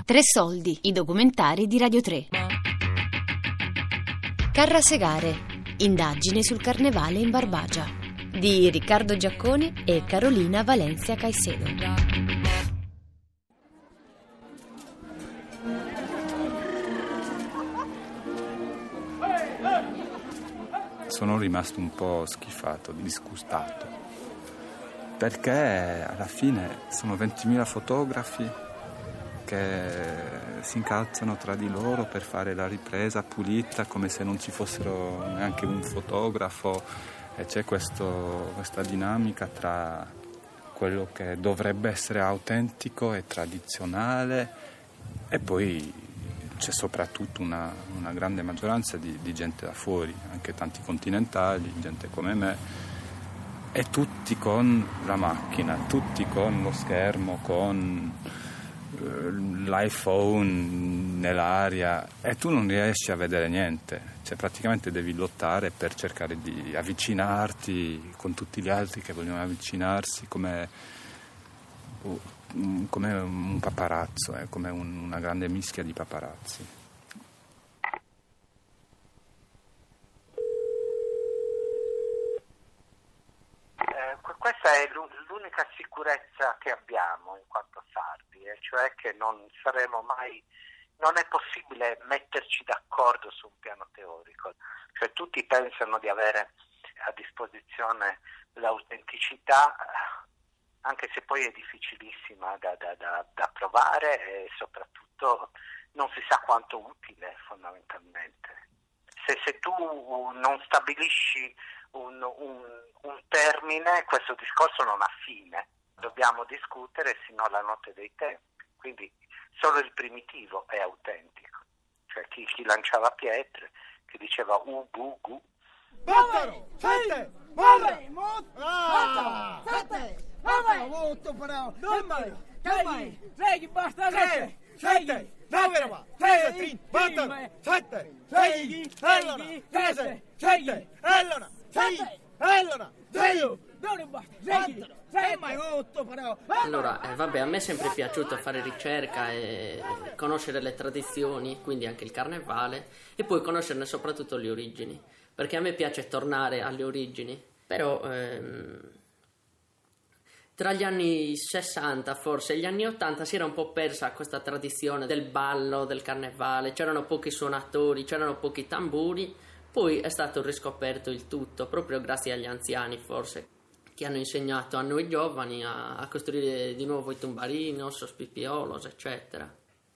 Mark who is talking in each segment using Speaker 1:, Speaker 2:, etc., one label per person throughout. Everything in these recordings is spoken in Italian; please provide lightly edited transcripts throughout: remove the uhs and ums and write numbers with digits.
Speaker 1: Tre soldi, i documentari di Radio 3. Carrasegare, indagine sul carnevale in Barbagia, di Riccardo Giaccone e Carolina Valencia Caicedo.
Speaker 2: Sono rimasto un po' schifato, disgustato, perché alla fine sono 20.000 fotografi che si incalzano tra di loro per fare la ripresa pulita come se non ci fossero neanche un fotografo, e c'è questa dinamica tra quello che dovrebbe essere autentico e tradizionale, e poi c'è soprattutto una grande maggioranza di gente da fuori, anche tanti continentali, gente come me, e tutti con la macchina, tutti con lo schermo, con l'iPhone nell'aria, e tu non riesci a vedere niente, cioè praticamente devi lottare per cercare di avvicinarti con tutti gli altri che vogliono avvicinarsi, come un paparazzo, come una grande mischia di paparazzi.
Speaker 3: Questa è l'unica sicurezza che abbiamo in quanto sardi, cioè che non è possibile metterci d'accordo su un piano teorico, cioè tutti pensano di avere a disposizione l'autenticità, anche se poi è difficilissima da provare, e soprattutto non si sa quanto utile fondamentalmente. Se tu non stabilisci un termine, questo discorso non ha fine, dobbiamo discutere sino alla notte dei tempi, quindi solo il primitivo è autentico, cioè chi lanciava pietre, chi diceva gu gu.
Speaker 4: Battero! Sette! Morra! Ah! Sette! Molto però! Dai! Sei! Basta! Sette! Davvero! Sei! Battero! Sette! Sei! Allora! Sette! Allora! Sei! Allora! Sei! Non basta! Sei mai rotto però!
Speaker 5: Allora, vabbè, a me è sempre piaciuto fare ricerca e conoscere le tradizioni, quindi anche il carnevale, e poi conoscerne soprattutto le origini, perché a me piace tornare alle origini, però tra gli anni 60 forse e gli anni 80 si era un po' persa questa tradizione del ballo, del carnevale, c'erano pochi suonatori, c'erano pochi tamburi, poi è stato riscoperto il tutto, proprio grazie agli anziani forse, che hanno insegnato a noi giovani a costruire di nuovo i tumbarinos, los pipiolos, eccetera.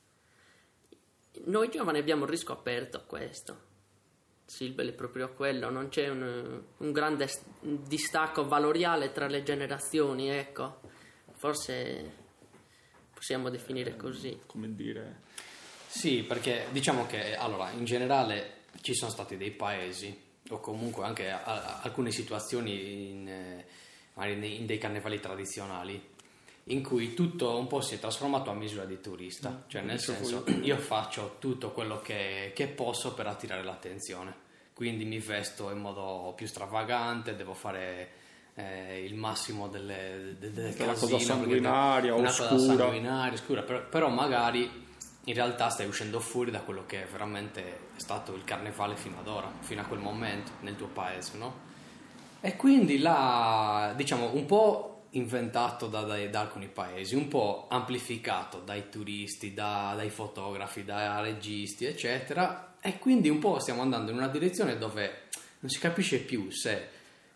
Speaker 5: Noi giovani abbiamo riscoperto questo. Silbel è proprio quello, non c'è un grande distacco valoriale tra le generazioni, ecco. Forse possiamo definire così.
Speaker 6: Come dire?
Speaker 7: Sì, perché diciamo che allora in generale ci sono stati dei paesi, o comunque anche alcune situazioni magari in dei carnevali tradizionali, in cui tutto un po' si è trasformato a misura di turista, cioè nel senso io faccio tutto quello che posso per attirare l'attenzione, quindi mi vesto in modo più stravagante, devo fare il massimo del
Speaker 6: una
Speaker 7: casino,
Speaker 6: cosa sanguinaria,
Speaker 7: oscura, però magari in realtà stai uscendo fuori da quello che veramente è stato il carnevale fino ad ora, fino a quel momento nel tuo paese, no? E quindi là, diciamo, un po' inventato da alcuni paesi, un po' amplificato dai turisti, dai fotografi, dai registi, eccetera, e quindi un po' stiamo andando in una direzione dove non si capisce più se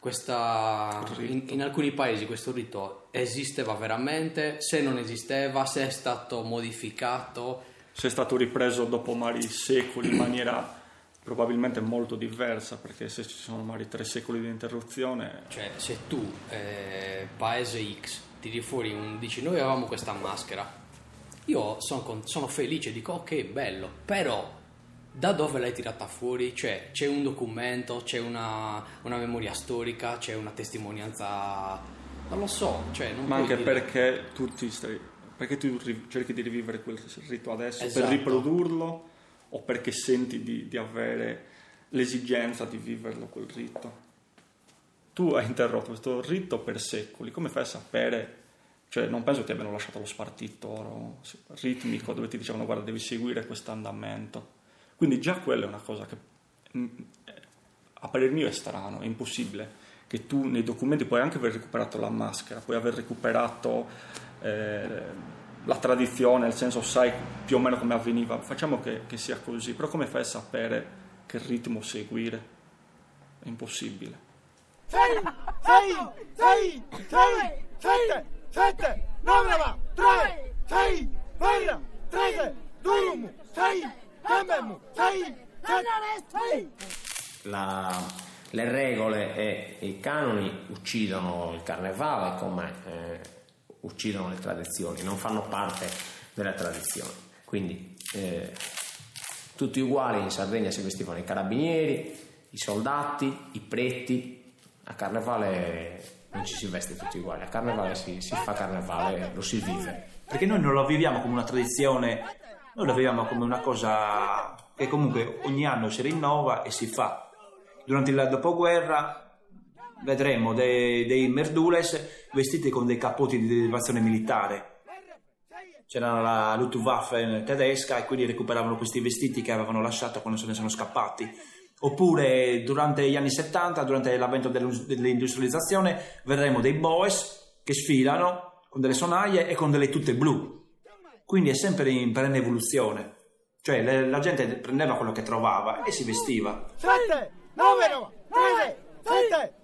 Speaker 7: in alcuni paesi questo rito esisteva veramente, se non esisteva, se è stato modificato,
Speaker 6: se è stato ripreso dopo magari secoli in maniera probabilmente molto diversa, perché se ci sono magari 3 secoli di interruzione,
Speaker 7: cioè se tu paese X tiri fuori dici noi avevamo questa maschera, io sono felice, dico ok, bello, però da dove l'hai tirata fuori? Cioè c'è un documento, c'è una memoria storica, c'è una testimonianza, non lo so, cioè non
Speaker 6: ma anche
Speaker 7: dire.
Speaker 6: perché perché tu cerchi di rivivere quel rito adesso,
Speaker 7: esatto,
Speaker 6: per riprodurlo, o perché senti di avere l'esigenza di viverlo quel rito? Tu hai interrotto questo rito per secoli, come fai a sapere Cioè non penso che abbiano lasciato lo spartito ritmico dove ti dicevano guarda devi seguire questo andamento. Quindi già quella è una cosa che a parer mio è strano, è impossibile che tu nei documenti puoi anche aver recuperato la maschera, puoi aver recuperato la tradizione, nel senso sai più o meno come avveniva, facciamo che sia così, però come fai a sapere che ritmo seguire? È impossibile.
Speaker 4: 6, 6, 6, 6, 7, 7, 9, 3, 6, 3, 2, 6, 6, 6.
Speaker 8: Le regole e i canoni uccidono il carnevale come uccidono le tradizioni, non fanno parte della tradizione. Quindi tutti uguali in Sardegna si vestivano i carabinieri, i soldati, i preti. A carnevale non ci si veste tutti uguali, a carnevale si fa carnevale, lo si vive.
Speaker 9: Perché noi non lo viviamo come una tradizione, noi lo viviamo come una cosa che comunque ogni anno si rinnova e si fa. Durante il dopoguerra vedremo dei merdules vestiti con dei capotti di derivazione militare. C'era la Luftwaffe tedesca e quindi recuperavano questi vestiti che avevano lasciato quando se ne sono scappati. Oppure durante gli anni 70, durante l'avvento dell'industrializzazione, vedremo dei boes che sfilano con delle sonaglie e con delle tute blu. Quindi è sempre in perenne evoluzione. Cioè la gente prendeva quello che trovava e si vestiva.
Speaker 4: 7, 9, 3, 7,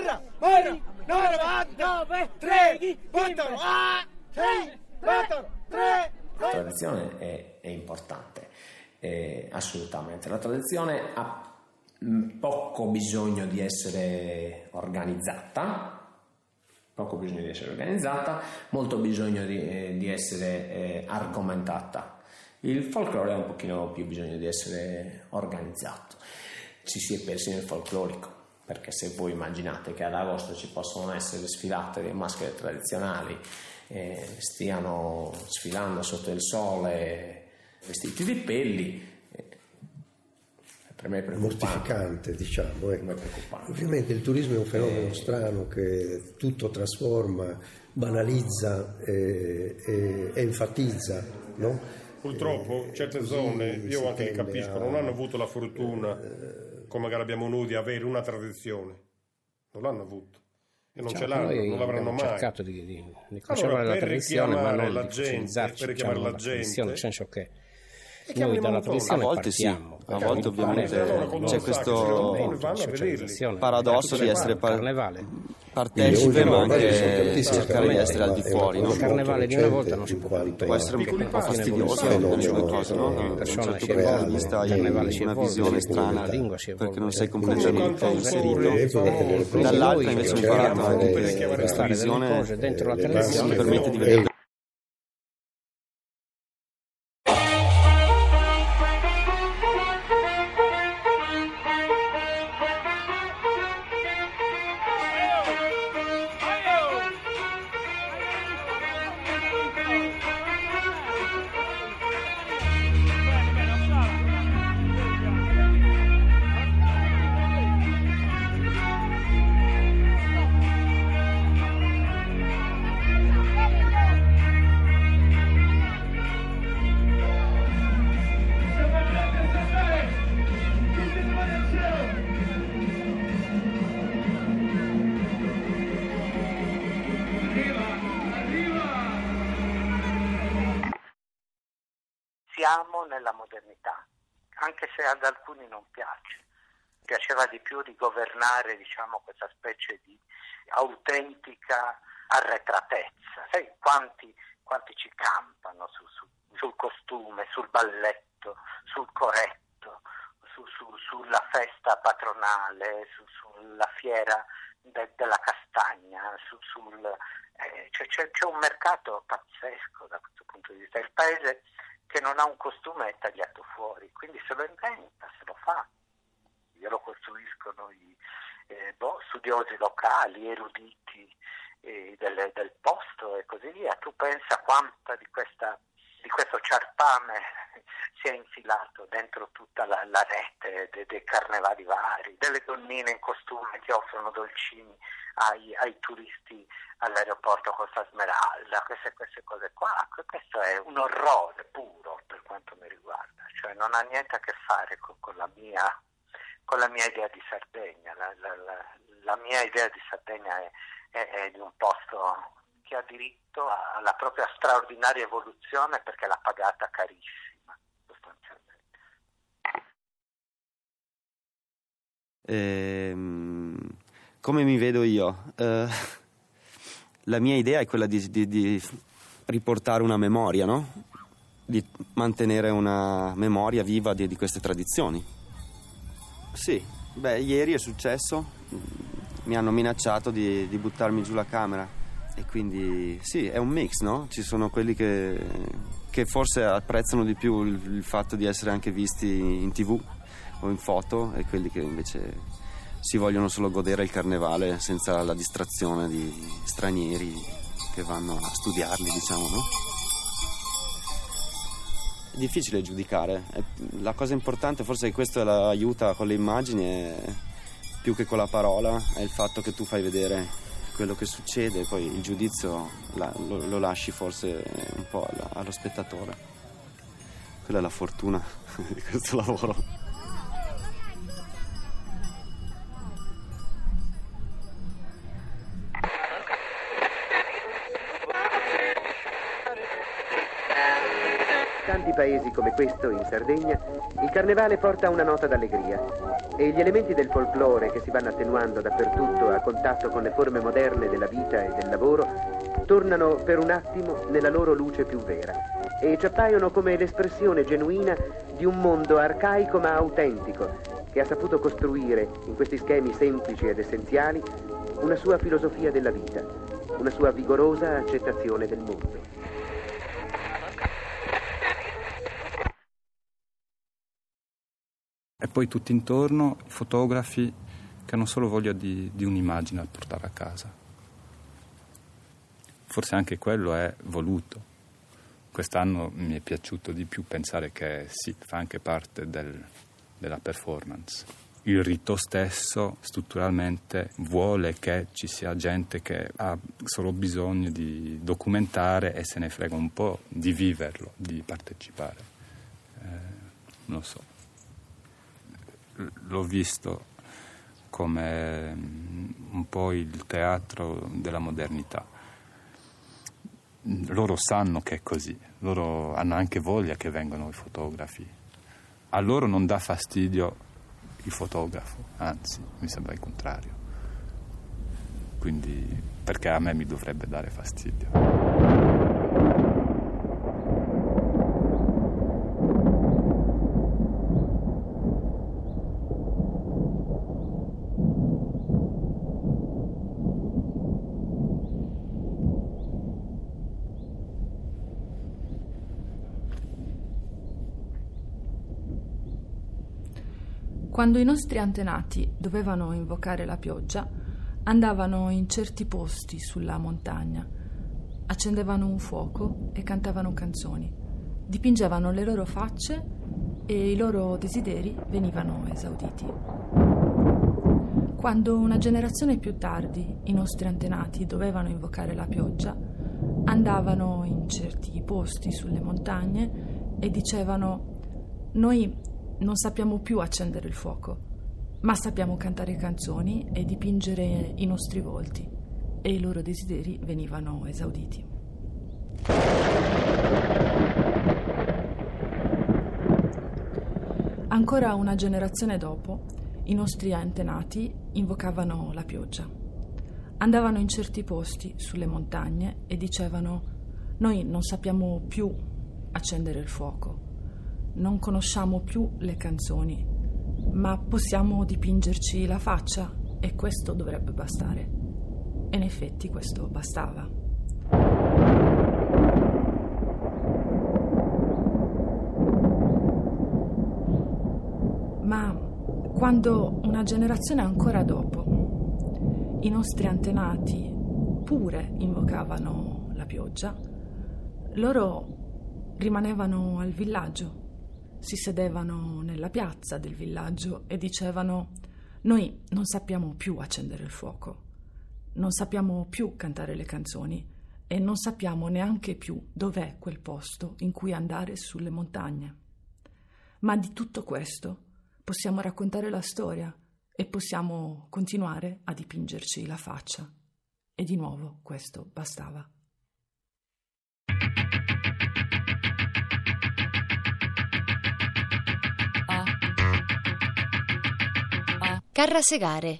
Speaker 4: 9, 3, 4, 6, 4, 3.
Speaker 8: La tradizione è importante, assolutamente. La tradizione ha poco bisogno di essere organizzata, molto bisogno di essere argomentata. Il folklore ha un pochino più bisogno di essere organizzato. Ci si è persi nel folclorico, perché se voi immaginate che ad agosto ci possono essere sfilate di maschere tradizionali, stiano sfilando sotto il sole vestiti di pelli, per me è preoccupante.
Speaker 10: Mortificante, diciamo. Ovviamente il turismo è un fenomeno strano che tutto trasforma, banalizza e enfatizza, no?
Speaker 11: Purtroppo certe zone, io anche li capisco, non hanno avuto la fortuna, come magari abbiamo noi, di avere una tradizione. Non l'hanno avuto. E non ce l'hanno, non l'avranno mai.
Speaker 12: Abbiamo cercato di conservare la tradizione, ma non di utilizzarci,
Speaker 11: richiamare la
Speaker 12: tradizione, nel senso che
Speaker 11: noi
Speaker 12: dalla tradizione
Speaker 13: a volte
Speaker 12: partiamo.
Speaker 13: Sì, a volte ovviamente c'è questo paradosso di essere partecipe ma anche cercare di essere al di fuori, no?
Speaker 12: Il carnevale di una volta non si può
Speaker 13: Può essere un po' fastidioso nelle due cose, no? Da un certo punto di vista hai una visione strana perché non sei completamente inserito, dall'altra invece ho imparato anche che questa visione mi permette di vedere.
Speaker 3: Siamo nella modernità, anche se ad alcuni non piace. Piaceva di più di governare, diciamo, questa specie di autentica arretratezza. Sai quanti ci campano sul costume, sul balletto, sul corretto, sulla festa patronale, sulla fiera della castagna, c'è un mercato pazzesco da questo punto di vista. Il paese che non ha un costume è tagliato fuori, quindi se lo inventa, se lo fa. Glielo costruiscono i studiosi locali, eruditi del posto e così via. Tu pensa quanta di questa questo ciarpame si è infilato dentro tutta la rete dei carnevali vari, delle donnine in costume che offrono dolcini ai turisti all'aeroporto Costa Smeralda, queste cose qua. Questo è un orrore puro per quanto mi riguarda, cioè non ha niente a che fare con la mia idea di Sardegna. La mia idea di Sardegna è di un posto che ha diritto alla propria straordinaria evoluzione perché l'ha pagata carissima, sostanzialmente.
Speaker 13: Come mi vedo io? La mia idea è quella di riportare una memoria, no? Di mantenere una memoria viva di queste tradizioni. Sì, ieri è successo, mi hanno minacciato di buttarmi giù la camera. E quindi sì, è un mix, no? Ci sono quelli che forse apprezzano di più il fatto di essere anche visti in TV o in foto, e quelli che invece si vogliono solo godere il carnevale senza la distrazione di stranieri che vanno a studiarli, diciamo, no? È difficile giudicare. La cosa importante, forse questo aiuta con le immagini, più che con la parola, è il fatto che tu fai vedere quello che succede, poi il giudizio lo lasci forse un po' allo spettatore. Quella è la fortuna di questo lavoro.
Speaker 14: Tanti paesi come questo, in Sardegna, il carnevale porta una nota d'allegria e gli elementi del folklore che si vanno attenuando dappertutto a contatto con le forme moderne della vita e del lavoro tornano per un attimo nella loro luce più vera e ci appaiono come l'espressione genuina di un mondo arcaico ma autentico che ha saputo costruire in questi schemi semplici ed essenziali una sua filosofia della vita, una sua vigorosa accettazione del mondo.
Speaker 2: E poi tutto intorno fotografi che hanno solo voglia di un'immagine da portare a casa. Forse anche quello è voluto. Quest'anno mi è piaciuto di più pensare che sì, fa anche parte della performance. Il rito stesso strutturalmente vuole che ci sia gente che ha solo bisogno di documentare e se ne frega un po' di viverlo, di partecipare. Non lo so. L'ho visto come un po' il teatro della modernità. Loro sanno che è così, loro hanno anche voglia che vengano i fotografi. A loro non dà fastidio il fotografo, anzi, mi sembra il contrario. Quindi, perché a me mi dovrebbe dare fastidio?
Speaker 15: Quando i nostri antenati dovevano invocare la pioggia, andavano in certi posti sulla montagna, accendevano un fuoco e cantavano canzoni, dipingevano le loro facce e i loro desideri venivano esauditi. Quando una generazione più tardi i nostri antenati dovevano invocare la pioggia, andavano in certi posti sulle montagne e dicevano: noi non sappiamo più accendere il fuoco, ma sappiamo cantare canzoni e dipingere i nostri volti, e i loro desideri venivano esauditi. Ancora una generazione dopo, i nostri antenati invocavano la pioggia. Andavano in certi posti sulle montagne e dicevano: noi non sappiamo più accendere il fuoco, non conosciamo più le canzoni, ma possiamo dipingerci la faccia e questo dovrebbe bastare. E in effetti questo bastava. Ma quando una generazione ancora dopo i nostri antenati pure invocavano la pioggia, loro rimanevano al villaggio, si sedevano nella piazza del villaggio e dicevano: noi non sappiamo più accendere il fuoco, non sappiamo più cantare le canzoni e non sappiamo neanche più dov'è quel posto in cui andare sulle montagne. Ma di tutto questo possiamo raccontare la storia e possiamo continuare a dipingerci la faccia. E di nuovo questo bastava.
Speaker 1: Carrasegare.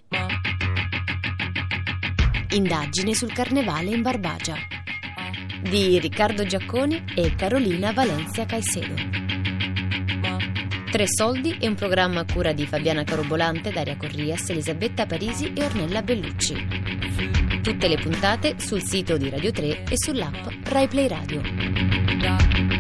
Speaker 1: Indagine sul carnevale in Barbagia di Riccardo Giaccone e Carolina Valencia Caicedo. 3 soldi è un programma a cura di Fabiana Carobolante, Daria Corrias, Elisabetta Parisi e Ornella Bellucci. Tutte le puntate sul sito di Radio 3 e sull'app Rai Play Radio.